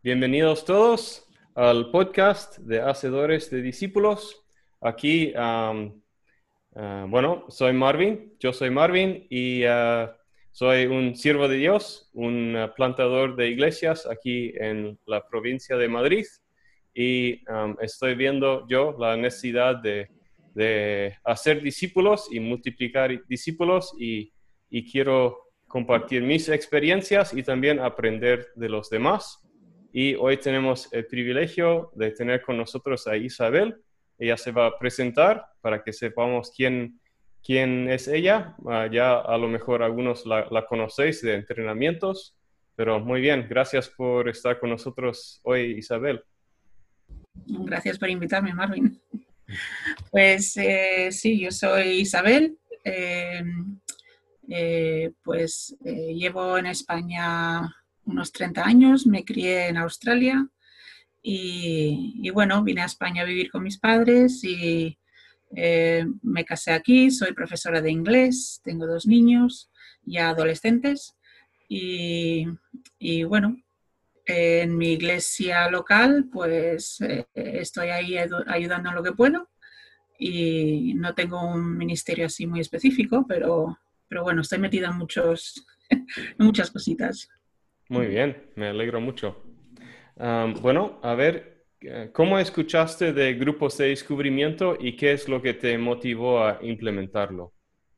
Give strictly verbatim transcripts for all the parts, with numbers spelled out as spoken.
Bienvenidos todos al podcast de Hacedores de Discípulos. Aquí, um, uh, bueno, soy Marvin, yo soy Marvin y uh, soy un siervo de Dios, un uh, plantador de iglesias aquí en la provincia de Madrid y um, estoy viendo yo la necesidad de, de hacer discípulos y multiplicar discípulos y, y quiero compartir mis experiencias y también aprender de los demás. Y hoy tenemos el privilegio de tener con nosotros a Isabel. Ella se va a presentar para que sepamos quién, quién es ella. Uh, ya a lo mejor algunos la, la conocéis de entrenamientos, pero muy bien, gracias por estar con nosotros hoy, Isabel. Gracias por invitarme, Marvin. Pues eh, sí, yo soy Isabel. Eh, eh, pues eh, llevo en España unos treinta años, me crié en Australia y, y bueno, vine a España a vivir con mis padres y eh, me casé aquí, soy profesora de inglés, tengo dos niños ya adolescentes y, y bueno, en mi iglesia local pues eh, estoy ahí ayudando en lo que puedo y no tengo un ministerio así muy específico, pero, pero bueno, estoy metida en, muchos, en muchas cositas. Muy bien, me alegro mucho. Um, bueno, a ver, ¿cómo escuchaste de grupos de descubrimiento y qué es lo que te motivó a implementarlo?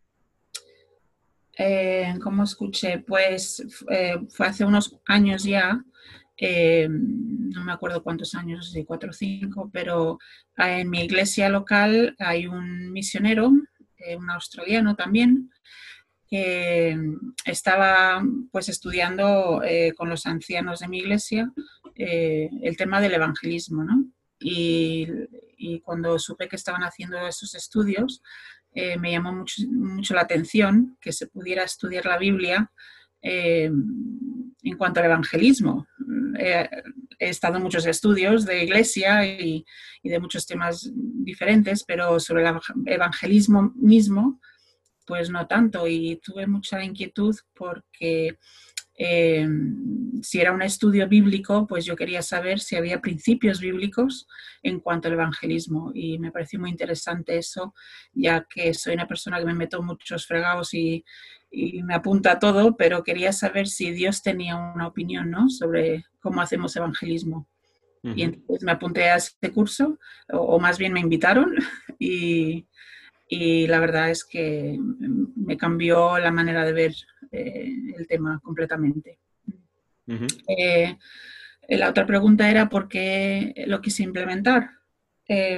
Eh, ¿Cómo escuché? Pues eh, fue hace unos años ya, eh, no me acuerdo cuántos años, de cuatro o cinco, pero en mi iglesia local hay un misionero, eh, un australiano también, que estaba pues estudiando eh, con los ancianos de mi iglesia eh, el tema del evangelismo, ¿no? Y, y, cuando supe que estaban haciendo esos estudios, eh, me llamó mucho, mucho, la atención que se pudiera estudiar la Biblia eh, en cuanto al evangelismo. Eh, he estado en muchos estudios de iglesia y, y de muchos temas diferentes, pero sobre el evangelismo mismo, pues no tanto, y tuve mucha inquietud porque eh, si era un estudio bíblico, pues yo quería saber si había principios bíblicos en cuanto al evangelismo, y me pareció muy interesante eso, ya que soy una persona que me meto muchos fregados y, y me apunta a todo, pero quería saber si Dios tenía una opinión, ¿no?, sobre cómo hacemos evangelismo. Uh-huh. Y entonces me apunté a este curso, o, o más bien me invitaron, y y la verdad es que me cambió la manera de ver eh, el tema completamente. Uh-huh. Eh, la otra pregunta era ¿por qué lo quise implementar? Eh,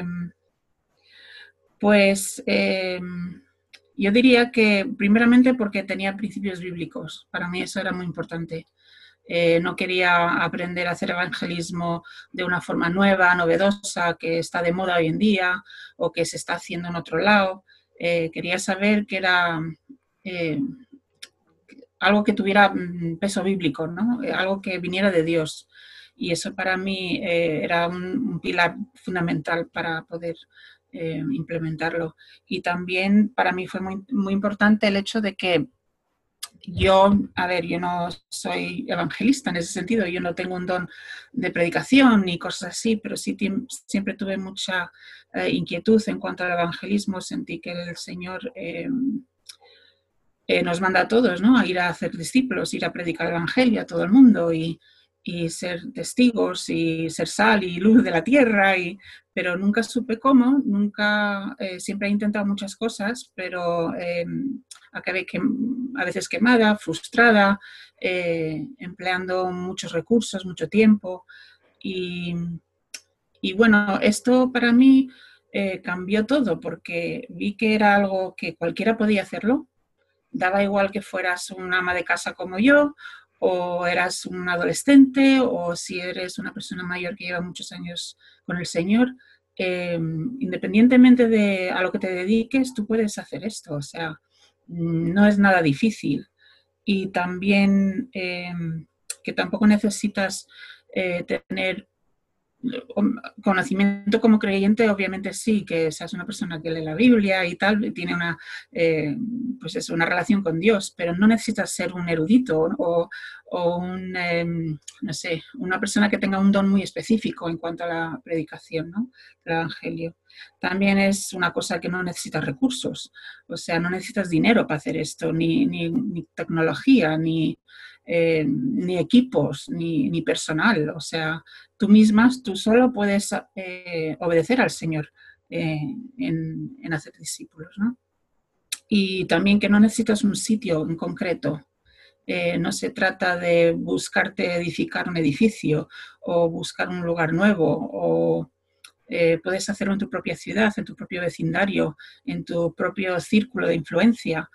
pues eh, yo diría que primeramente porque tenía principios bíblicos. Para mí eso era muy importante. Eh, no quería aprender a hacer evangelismo de una forma nueva, novedosa, que está de moda hoy en día o que se está haciendo en otro lado. Eh, quería saber que era eh, algo que tuviera peso bíblico, ¿no? Algo que viniera de Dios. Y eso para mí eh, era un, un pilar fundamental para poder eh, implementarlo. Y también para mí fue muy, muy importante el hecho de que yo, a ver, yo no soy evangelista en ese sentido, yo no tengo un don de predicación ni cosas así, pero sí siempre tuve mucha eh, inquietud en cuanto al evangelismo. Sentí que el Señor eh, eh, nos manda a todos, ¿no?, a ir a hacer discípulos, ir a predicar el evangelio a todo el mundo y, y ser testigos y ser sal y luz de la tierra, y, pero nunca supe cómo, nunca, eh, siempre he intentado muchas cosas, pero eh, acabé que, a veces quemada, frustrada, eh, empleando muchos recursos, mucho tiempo, y, y bueno, esto para mí eh, cambió todo, porque vi que era algo que cualquiera podía hacerlo. Daba igual que fueras una ama de casa como yo, o eras un adolescente, o si eres una persona mayor que lleva muchos años con el Señor. Eh, independientemente de a lo que te dediques, tú puedes hacer esto. O sea, no es nada difícil. Y también eh, que tampoco necesitas eh, tener conocimiento como creyente, obviamente sí, que seas una persona que lee la Biblia y tal, tiene una, eh, pues eso, una relación con Dios, pero no necesitas ser un erudito o, o un, eh, no sé, una persona que tenga un don muy específico en cuanto a la predicación, ¿no?, del Evangelio. También es una cosa que no necesitas recursos, o sea, no necesitas dinero para hacer esto, ni, ni, ni tecnología, ni, eh, ni equipos, ni, ni personal, o sea, tú misma, tú solo puedes eh, obedecer al Señor eh, en, en hacer discípulos, ¿no? Y también que no necesitas un sitio en concreto. Eh, no se trata de buscarte edificar un edificio o buscar un lugar nuevo, o eh, puedes hacerlo en tu propia ciudad, en tu propio vecindario, en tu propio círculo de influencia.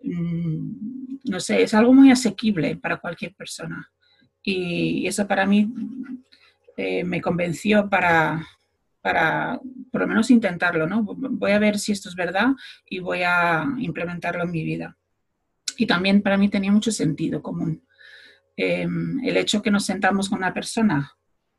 Mm, no sé, es algo muy asequible para cualquier persona. Y eso para mí eh, me convenció para, para por lo menos intentarlo, ¿no? Voy a ver si esto es verdad y voy a implementarlo en mi vida. Y también para mí tenía mucho sentido común. Eh, el hecho que nos sentamos con una persona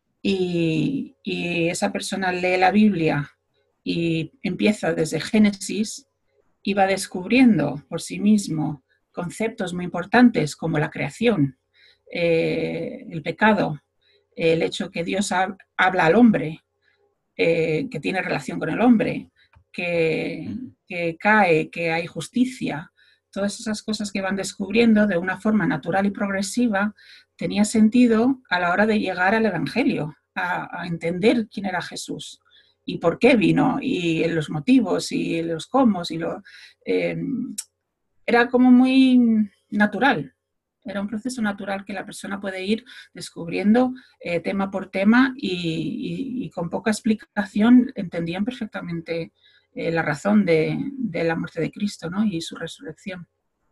y, y esa persona lee la Biblia y empieza desde Génesis y va descubriendo por sí mismo conceptos muy importantes como la creación, eh, el pecado, el hecho que Dios ha, habla al hombre, eh, que tiene relación con el hombre, que, que cae, que hay justicia. Todas esas cosas que van descubriendo de una forma natural y progresiva tenía sentido a la hora de llegar al Evangelio, a, a entender quién era Jesús y por qué vino, y los motivos, y los cómo, y lo, eh, era como muy natural. Era un proceso natural que la persona puede ir descubriendo eh, tema por tema y, y, y, con poca explicación entendían perfectamente eh, la razón de, de la muerte de Cristo, ¿no?, y su resurrección.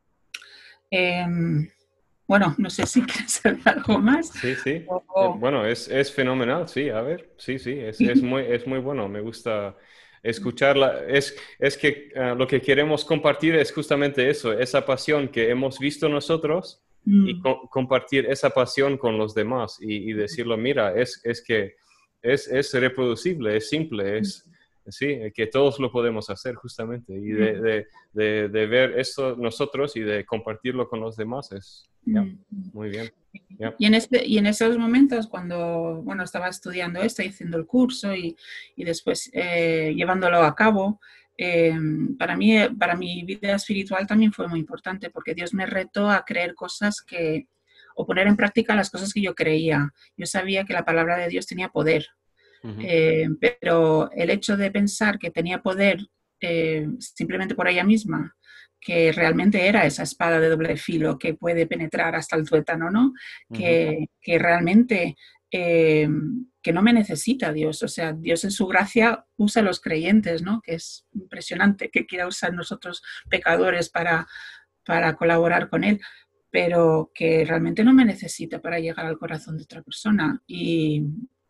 Eh, bueno, no sé si quieres saber algo más. Sí, sí. O... Bueno, es, es fenomenal, sí, a ver, sí, sí, es, es, muy, es muy bueno, me gusta escucharla. Es, es que uh, lo que queremos compartir es justamente eso, esa pasión que hemos visto nosotros y co compartir esa pasión con los demás y, y decirlo, mira, es, es que es, es reproducible, es simple, es... Sí, que todos lo podemos hacer justamente y de, de, de, de ver esto nosotros y de compartirlo con los demás es, yeah, muy bien. Yeah. Y, en este, y en esos momentos cuando, bueno, estaba estudiando esto y haciendo el curso y, y después eh, llevándolo a cabo, eh, para mí, para mi vida espiritual también fue muy importante porque Dios me retó a creer cosas que, o poner en práctica las cosas que yo creía. Yo sabía que la palabra de Dios tenía poder. Uh-huh. Eh, pero el hecho de pensar que tenía poder eh, simplemente por ella misma, que realmente era esa espada de doble filo que puede penetrar hasta el tuétano, ¿no? Uh-huh. Que, que realmente eh, que no me necesita Dios, o sea, Dios en su gracia usa a los creyentes, ¿no? Que es impresionante que quiera usar nosotros pecadores para, para colaborar con Él, pero que realmente no me necesita para llegar al corazón de otra persona. Y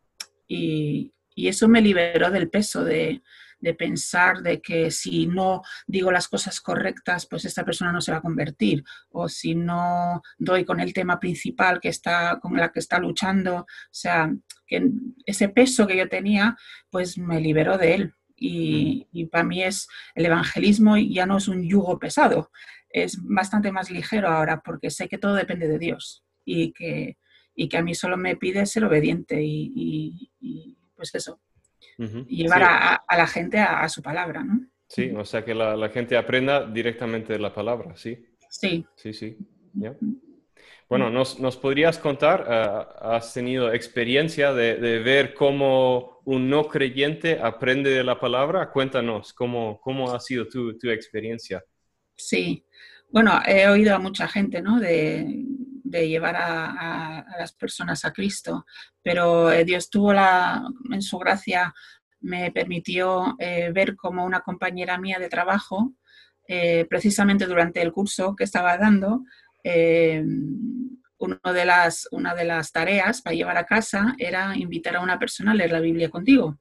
Y, y eso me liberó del peso de, de pensar de que si no digo las cosas correctas, pues esta persona no se va a convertir. O si no doy con el tema principal que está, con la que está luchando. O sea, que ese peso que yo tenía, pues me liberó de él. Y, y para mí es el evangelismo ya no es un yugo pesado. Es bastante más ligero ahora porque sé que todo depende de Dios. Y que... y que a mí solo me pide ser obediente y, y, y pues eso, uh-huh. llevar sí. a, a la gente a, a su palabra, ¿no? Sí, o sea, que la, la gente aprenda directamente la palabra, ¿sí? Sí. Sí, sí. Yeah. Bueno, ¿nos, nos podrías contar, uh, has tenido experiencia de, de ver cómo un no creyente aprende de la palabra? Cuéntanos, ¿cómo, cómo ha sido tu, tu experiencia? Sí, bueno, he oído a mucha gente, ¿no?, de... de llevar a, a, a las personas a Cristo, pero eh, Dios tuvo la, en su gracia me permitió eh, ver como una compañera mía de trabajo, eh, precisamente durante el curso que estaba dando, eh, uno de las, una de las tareas para llevar a casa era invitar a una persona a leer la Biblia contigo.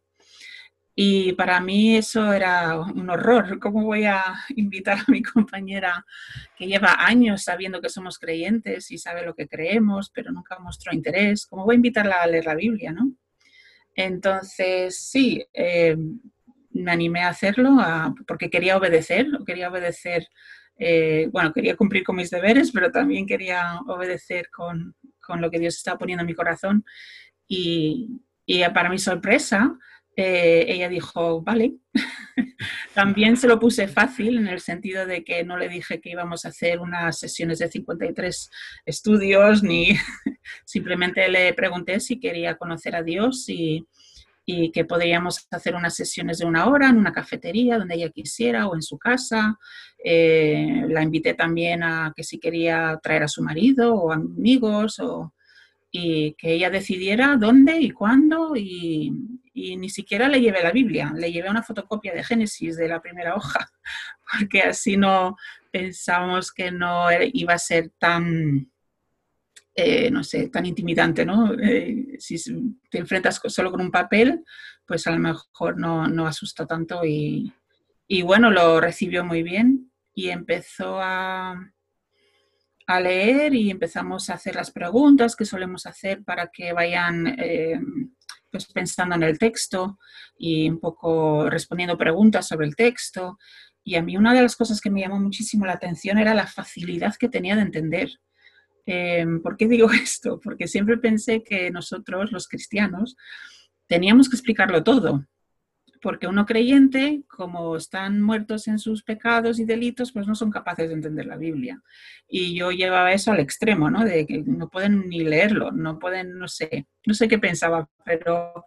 Y para mí eso era un horror. ¿Cómo voy a invitar a mi compañera que lleva años sabiendo que somos creyentes y sabe lo que creemos, pero nunca mostró interés? ¿Cómo voy a invitarla a leer la Biblia, no? Entonces, sí, eh, me animé a hacerlo a, porque quería obedecer, quería obedecer, eh, bueno, quería cumplir con mis deberes, pero también quería obedecer con, con lo que Dios estaba poniendo en mi corazón. Y, y para mi sorpresa, eh, ella dijo, vale. También se lo puse fácil en el sentido de que no le dije que íbamos a hacer unas sesiones de cincuenta y tres estudios, ni simplemente le pregunté si quería conocer a Dios y, y que podríamos hacer unas sesiones de una hora en una cafetería donde ella quisiera o en su casa. Eh, la invité también a que si quería traer a su marido o amigos o, y que ella decidiera dónde y cuándo y, y ni siquiera le llevé la Biblia, le llevé una fotocopia de Génesis de la primera hoja, porque así no pensábamos que no iba a ser tan, eh, no sé, tan intimidante, ¿no? Eh, si te enfrentas solo con un papel, pues a lo mejor no, no asusta tanto y, y bueno, lo recibió muy bien y empezó a, a leer y empezamos a hacer las preguntas que solemos hacer para que vayan eh, pues pensando en el texto y un poco respondiendo preguntas sobre el texto. Y a mí una de las cosas que me llamó muchísimo la atención era la facilidad que tenía de entender. Eh, ¿Por qué digo esto? Porque siempre pensé que nosotros, los cristianos, teníamos que explicarlo todo, porque uno creyente, como están muertos en sus pecados y delitos, pues no son capaces de entender la Biblia. Y yo llevaba eso al extremo, ¿no? De que no pueden ni leerlo, no pueden, no sé, no sé qué pensaba, pero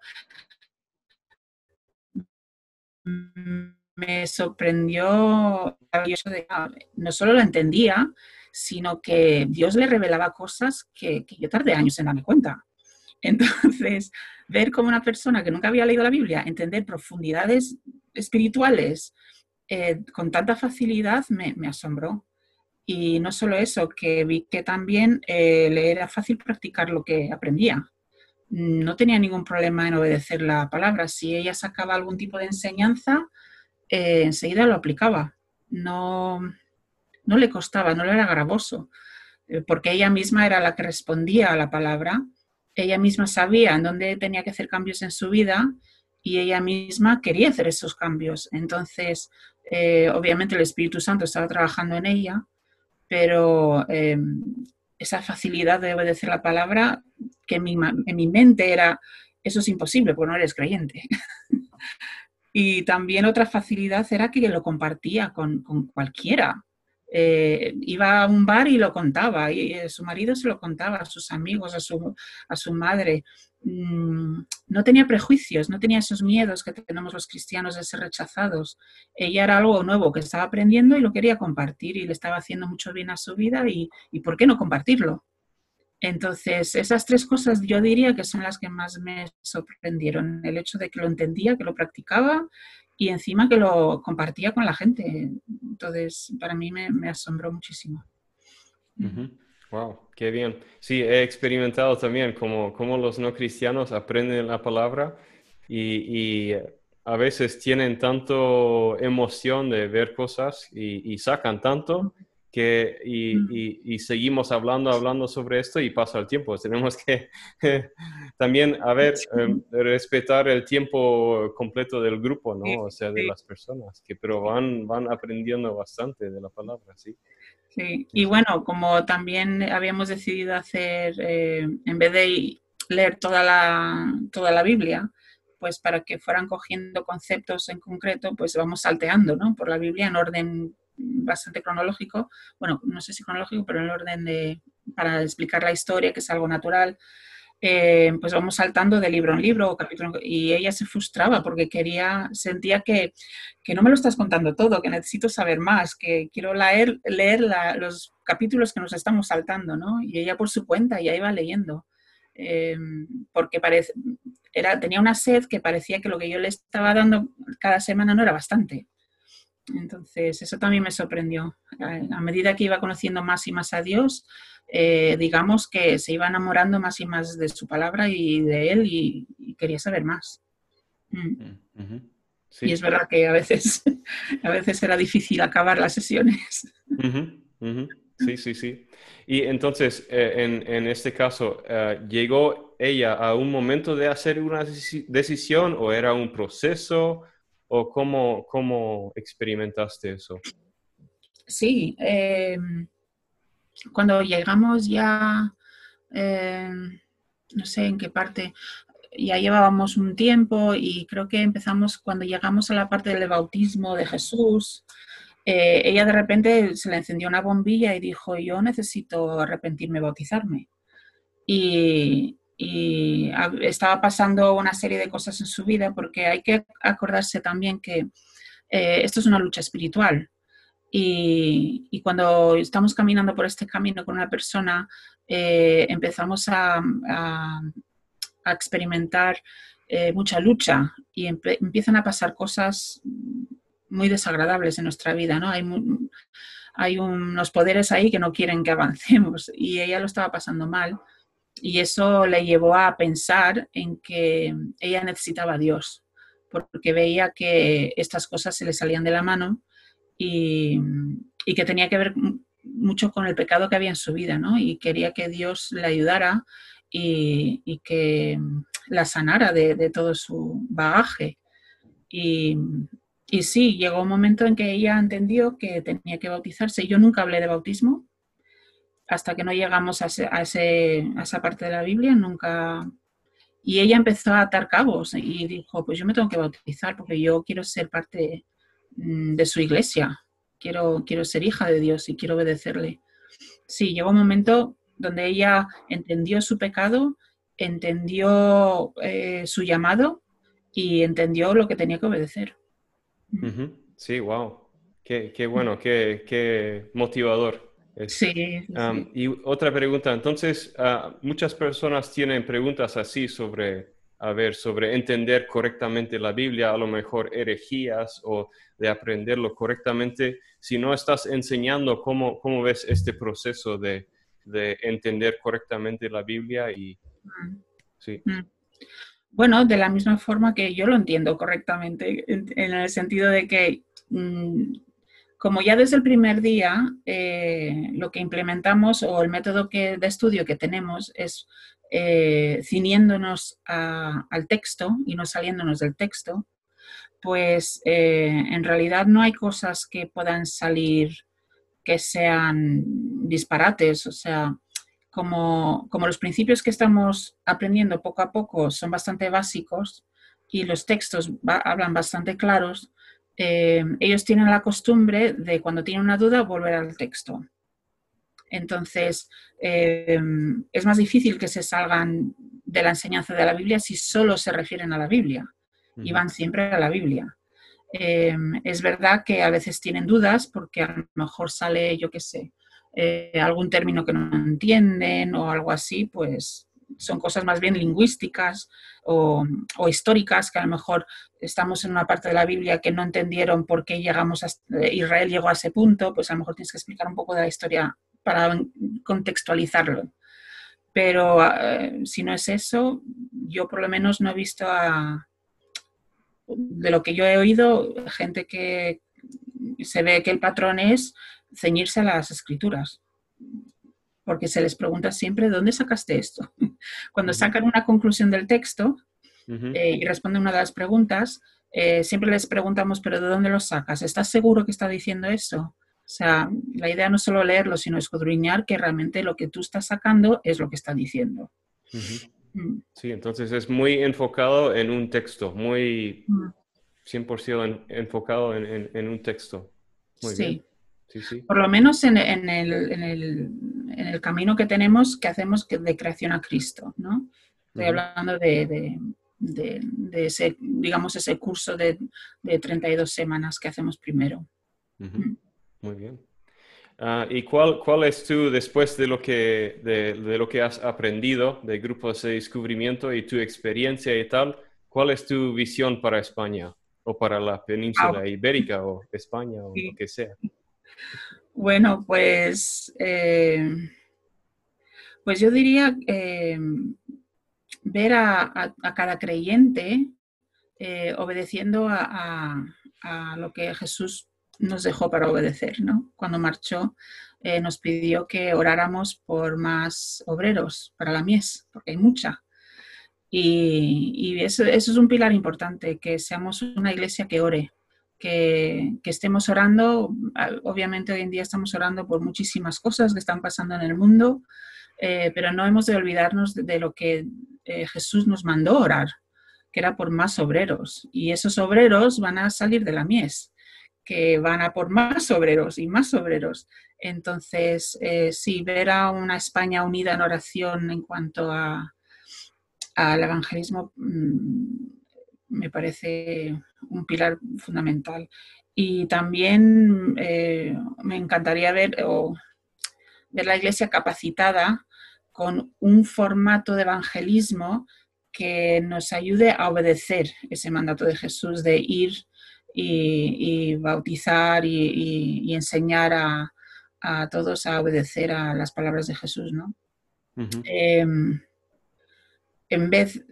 me sorprendió de no solo lo entendía, sino que Dios le revelaba cosas que, que yo tardé años en darme cuenta. Entonces, ver cómo una persona que nunca había leído la Biblia, entender profundidades espirituales eh, con tanta facilidad, me, me, asombró. Y no solo eso, que vi que también eh, le era fácil practicar lo que aprendía. No tenía ningún problema en obedecer la palabra. Si ella sacaba algún tipo de enseñanza, eh, enseguida lo aplicaba. No, no le costaba, no le era gravoso, eh, porque ella misma era la que respondía a la palabra. Ella misma sabía en dónde tenía que hacer cambios en su vida y ella misma quería hacer esos cambios. Entonces, eh, obviamente el Espíritu Santo estaba trabajando en ella, pero eh, esa facilidad de obedecer la palabra, que en mi, en mi mente era, eso es imposible porque no eres creyente. Y también otra facilidad era que lo compartía con, con cualquiera. Eh, iba a un bar y lo contaba, y eh, su marido se lo contaba a sus amigos, a su, a su madre. Mm, no tenía prejuicios, no tenía esos miedos que tenemos los cristianos de ser rechazados. Ella era algo nuevo que estaba aprendiendo y lo quería compartir y le estaba haciendo mucho bien a su vida y, y ¿por qué no compartirlo? Entonces, esas tres cosas yo diría que son las que más me sorprendieron. El hecho de que lo entendía, que lo practicaba y encima que lo compartía con la gente. Entonces, para mí me, me asombró muchísimo. Uh-huh. Wow, qué bien. Sí, he experimentado también cómo, cómo los no cristianos aprenden la palabra y, y a veces tienen tanto emoción de ver cosas y, y sacan tanto que y, y, y seguimos hablando, hablando sobre esto y pasa el tiempo. Tenemos que también, a ver, eh, respetar el tiempo completo del grupo, ¿no? O sea, de las personas, que pero van, van aprendiendo bastante de la palabra, sí. Sí, y bueno, como también habíamos decidido hacer, eh, en vez de leer toda la, toda la Biblia, pues para que fueran cogiendo conceptos en concreto, pues vamos salteando, ¿no? Por la Biblia en orden bastante cronológico, bueno, no sé si cronológico, pero en orden de, para explicar la historia, que es algo natural. Eh, pues vamos saltando de libro en libro o capítulo, y ella se frustraba porque quería, sentía que, que no me lo estás contando todo, que necesito saber más, que quiero leer, leer la, los capítulos que nos estamos saltando, ¿no? Y ella por su cuenta ya iba leyendo, eh, porque parece, era, tenía una sed que parecía que lo que yo le estaba dando cada semana no era bastante. Entonces, eso también me sorprendió. A medida que iba conociendo más y más a Dios, eh, digamos que se iba enamorando más y más de su palabra y de él y, y quería saber más. Mm. Uh-huh. Sí. Y es verdad que a veces, a veces era difícil acabar las sesiones. Uh-huh. Uh-huh. Sí, sí, sí. Y entonces, eh, en, en este caso, eh, ¿llegó ella a un momento de hacer una deci- decisión o era un proceso o cómo, cómo experimentaste eso? Sí, eh, cuando llegamos ya, eh, no sé en qué parte, ya llevábamos un tiempo y creo que empezamos cuando llegamos a la parte del bautismo de Jesús. Eh, ella de repente se le encendió una bombilla y dijo, yo necesito arrepentirme, bautizarme. Y, y estaba pasando una serie de cosas en su vida porque hay que acordarse también que eh, esto es una lucha espiritual. Y, y, cuando estamos caminando por este camino con una persona, eh, empezamos a, a, a experimentar eh, mucha lucha y empe empiezan a pasar cosas muy desagradables en nuestra vida, ¿no? Hay, mu hay unos poderes ahí que no quieren que avancemos y ella lo estaba pasando mal y eso le llevó a pensar en que ella necesitaba a Dios porque veía que estas cosas se le salían de la mano y, y que tenía que ver mucho con el pecado que había en su vida, ¿no? Y quería que Dios le ayudara y, y que la sanara de, de todo su bagaje. Y, y sí, llegó un momento en que ella entendió que tenía que bautizarse. Yo nunca hablé de bautismo hasta que no llegamos a, ese, a, ese, a esa parte de la Biblia, nunca. Y ella empezó a atar cabos y dijo, pues yo me tengo que bautizar porque yo quiero ser parte de su iglesia, quiero, quiero ser hija de Dios y quiero obedecerle. Sí, llegó un momento donde ella entendió su pecado, entendió eh, su llamado y entendió lo que tenía que obedecer. Ujú. Sí, wow. Qué, qué bueno, qué, qué motivador es. Sí, sí, Um, sí. y otra pregunta, entonces, ah, muchas personas tienen preguntas así sobre, a ver, sobre entender correctamente la Biblia, a lo mejor herejías o de aprenderlo correctamente. Si no estás enseñando, ¿cómo, cómo ves este proceso de, de entender correctamente la Biblia? Y sí. Mm. Bueno, de la misma forma que yo lo entiendo correctamente, en, en el sentido de que mmm, como ya desde el primer día eh, lo que implementamos o el método que, de estudio que tenemos es eh, ciñéndonos a, al texto y no saliéndonos del texto, pues eh, en realidad no hay cosas que puedan salir que sean disparates, o sea, como, como los principios que estamos aprendiendo poco a poco son bastante básicos y los textos va, hablan bastante claros, eh, ellos tienen la costumbre de cuando tienen una duda volver al texto. Entonces, eh, es más difícil que se salgan de la enseñanza de la Biblia si solo se refieren a la Biblia y Ujú. van siempre a la Biblia. Eh, es verdad que a veces tienen dudas porque a lo mejor sale, yo qué sé, eh, algún término que no entienden o algo así, pues son cosas más bien lingüísticas o, o históricas, que a lo mejor estamos en una parte de la Biblia que no entendieron por qué llegamos a, Israel llegó a ese punto, pues a lo mejor tienes que explicar un poco de la historia para contextualizarlo. Pero eh, si no es eso, yo por lo menos no he visto a, de lo que yo he oído, gente que se ve que el patrón es ceñirse a las escrituras, porque se les pregunta siempre, ¿dónde sacaste esto? Cuando Ujú. sacan una conclusión del texto Ujú. eh, y responden una de las preguntas, eh, siempre les preguntamos, ¿pero de dónde lo sacas? ¿Estás seguro que está diciendo eso? O sea, la idea no es solo leerlo, sino escudriñar que realmente lo que tú estás sacando es lo que está diciendo. Ujú. Mm. Sí, entonces es muy enfocado en un texto, muy Mm. cien por ciento en- enfocado en, en- en un texto. Muy bien. Sí. Sí, sí. Por lo menos en, en, el, en, el, en, el, camino que tenemos, que hacemos de creación a Cristo, ¿no? Estoy Ujú. hablando de, de, de, de ese, digamos, ese curso de, de treinta y dos semanas que hacemos primero. Ujú. Muy bien. Ah, ¿y cuál, cuál es tú, después de lo que, de, de lo que has aprendido de grupos de descubrimiento y tu experiencia y tal, cuál es tu visión para España o para la Wow. península ibérica o España o lo Sí. que sea? Bueno, pues, eh, pues yo diría eh, ver a, a, a, cada creyente eh, obedeciendo a, a, a, lo que Jesús nos dejó para obedecer, ¿no? Cuando marchó, eh, nos pidió que oráramos por más obreros para la mies, porque hay mucha. Y, y eso, eso es un pilar importante, que seamos una iglesia que ore, que, que estemos orando. Obviamente hoy en día estamos orando por muchísimas cosas que están pasando en el mundo, eh, pero no hemos de olvidarnos de, de lo que eh, Jesús nos mandó orar, que era por más obreros. Y esos obreros van a salir de la mies, que van a por más obreros y más obreros. Entonces, eh, sí, ver a una España unida en oración en cuanto a al evangelismo mmm, me parece un pilar fundamental. Y también eh, me encantaría ver, o, ver la iglesia capacitada con un formato de evangelismo que nos ayude a obedecer ese mandato de Jesús de ir y, y bautizar y, y, y enseñar a, a, todos a obedecer a las palabras de Jesús, ¿no? Uh-huh. Eh, en vez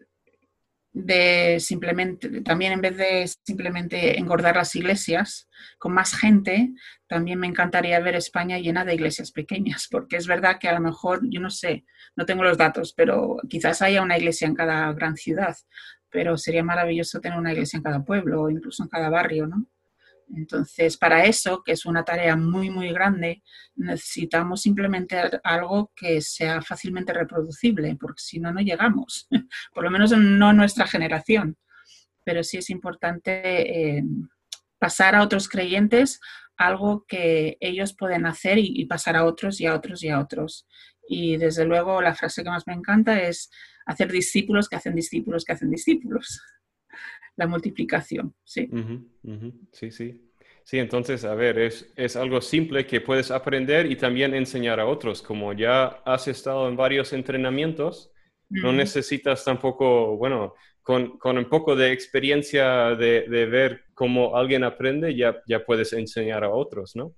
de simplemente, también en vez de simplemente engordar las iglesias con más gente, también me encantaría ver España llena de iglesias pequeñas, porque es verdad que a lo mejor, yo no sé, no tengo los datos, pero quizás haya una iglesia en cada gran ciudad, pero sería maravilloso tener una iglesia en cada pueblo o incluso en cada barrio, ¿no? Entonces, para eso, que es una tarea muy, muy grande, necesitamos implementar algo que sea fácilmente reproducible, porque si no, no llegamos, por lo menos no en nuestra generación. Pero sí es importante eh, pasar a otros creyentes algo que ellos pueden hacer y, y pasar a otros y a otros y a otros. Y desde luego la frase que más me encanta es hacer discípulos que hacen discípulos que hacen discípulos. La multiplicación, sí. Uh-huh, uh-huh. Sí, sí. Sí, entonces, a ver, es, es algo simple que puedes aprender y también enseñar a otros. Como ya has estado en varios entrenamientos, mm. no necesitas tampoco, bueno, con, con un poco de experiencia de, de ver cómo alguien aprende, ya, ya puedes enseñar a otros, ¿no?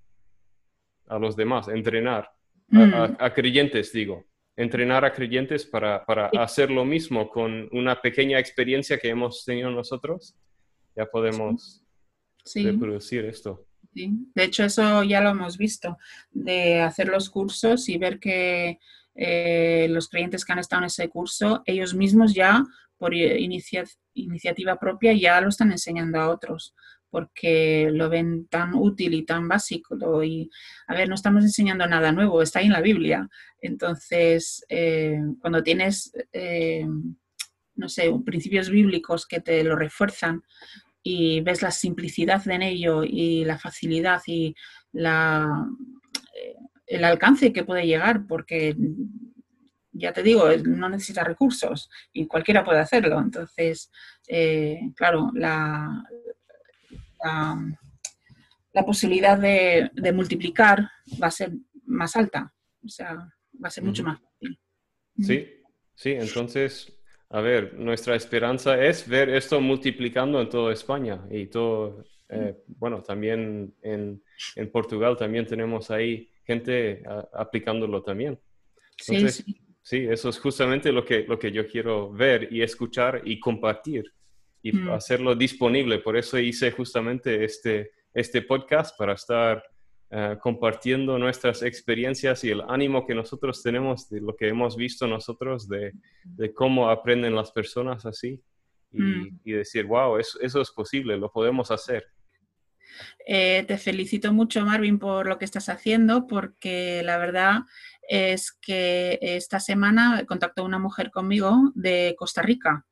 A los demás, entrenar. Mm. A, a, a creyentes, digo. Entrenar a creyentes para, para sí. hacer lo mismo con una pequeña experiencia que hemos tenido nosotros. Ya podemos sí. Sí. reproducir esto. Sí. De hecho, eso ya lo hemos visto, de hacer los cursos y ver que eh, los creyentes que han estado en ese curso, ellos mismos ya, por inicia iniciativa propia, ya lo están enseñando a otros, porque lo ven tan útil y tan básico. Y, a ver, no estamos enseñando nada nuevo, está ahí en la Biblia. Entonces, eh, cuando tienes, eh, no sé, principios bíblicos que te lo refuerzan y ves la simplicidad en ello y la facilidad y la, eh, el alcance que puede llegar, porque ya te digo, no necesita recursos y cualquiera puede hacerlo. Entonces, eh, claro, la... La, la posibilidad de, de multiplicar va a ser más alta, o sea, va a ser mucho uh-huh. más fácil. Sí, sí, entonces, a ver, nuestra esperanza es ver esto multiplicando en toda España y todo, eh, bueno, también en, en Portugal también tenemos ahí gente a, aplicándolo también. Entonces, sí, sí. sí, eso es justamente lo que, lo que yo quiero ver y escuchar y compartir. Y mm. hacerlo disponible. Por eso hice justamente este, este podcast para estar uh, compartiendo nuestras experiencias y el ánimo que nosotros tenemos de lo que hemos visto nosotros, de, de cómo aprenden las personas así. Y, mm. y decir, wow, eso, eso es posible, lo podemos hacer. Eh, te felicito mucho, Marvin, por lo que estás haciendo, porque la verdad es que esta semana contactó una mujer conmigo de Costa Rica.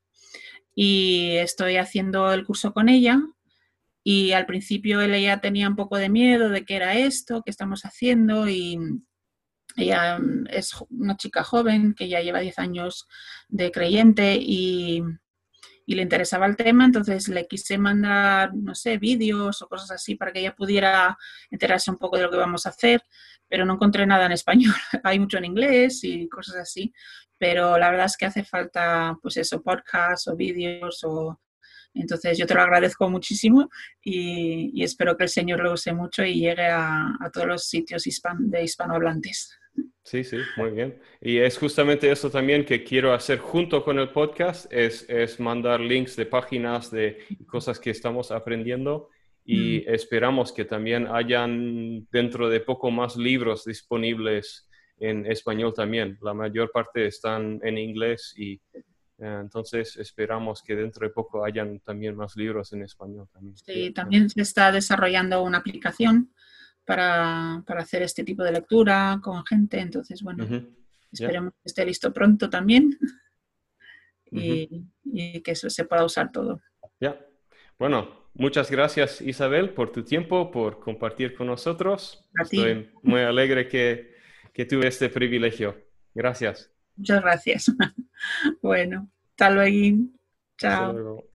Y estoy haciendo el curso con ella y al principio ella tenía un poco de miedo de qué era esto, qué estamos haciendo, y ella es una chica joven que ya lleva diez años de creyente y, y le interesaba el tema, entonces le quise mandar, no sé, vídeos o cosas así para que ella pudiera enterarse un poco de lo que vamos a hacer, pero no encontré nada en español, hay mucho en inglés y cosas así. Pero la verdad es que hace falta, pues eso, podcasts o vídeos. O... Entonces yo te lo agradezco muchísimo y, y espero que el Señor lo use mucho y llegue a, a todos los sitios hispan de hispanohablantes. Sí, sí, muy bien. Y es justamente eso también que quiero hacer junto con el podcast, es, es mandar links de páginas, de cosas que estamos aprendiendo y Mm. esperamos que también hayan dentro de poco más libros disponibles en español también. La mayor parte están en inglés y eh, entonces esperamos que dentro de poco hayan también más libros en español también. Sí, también se está desarrollando una aplicación para, para hacer este tipo de lectura con gente, entonces, bueno, Ujú. Yeah. esperemos que esté listo pronto también Ujú. y, y que eso se pueda usar todo. Ya. Bueno, muchas gracias Isabel por tu tiempo, por compartir con nosotros. A ti, Estoy muy alegre que, que tuve este privilegio. Gracias. muchas gracias. Bueno, hasta luego. Hasta Chao. luego.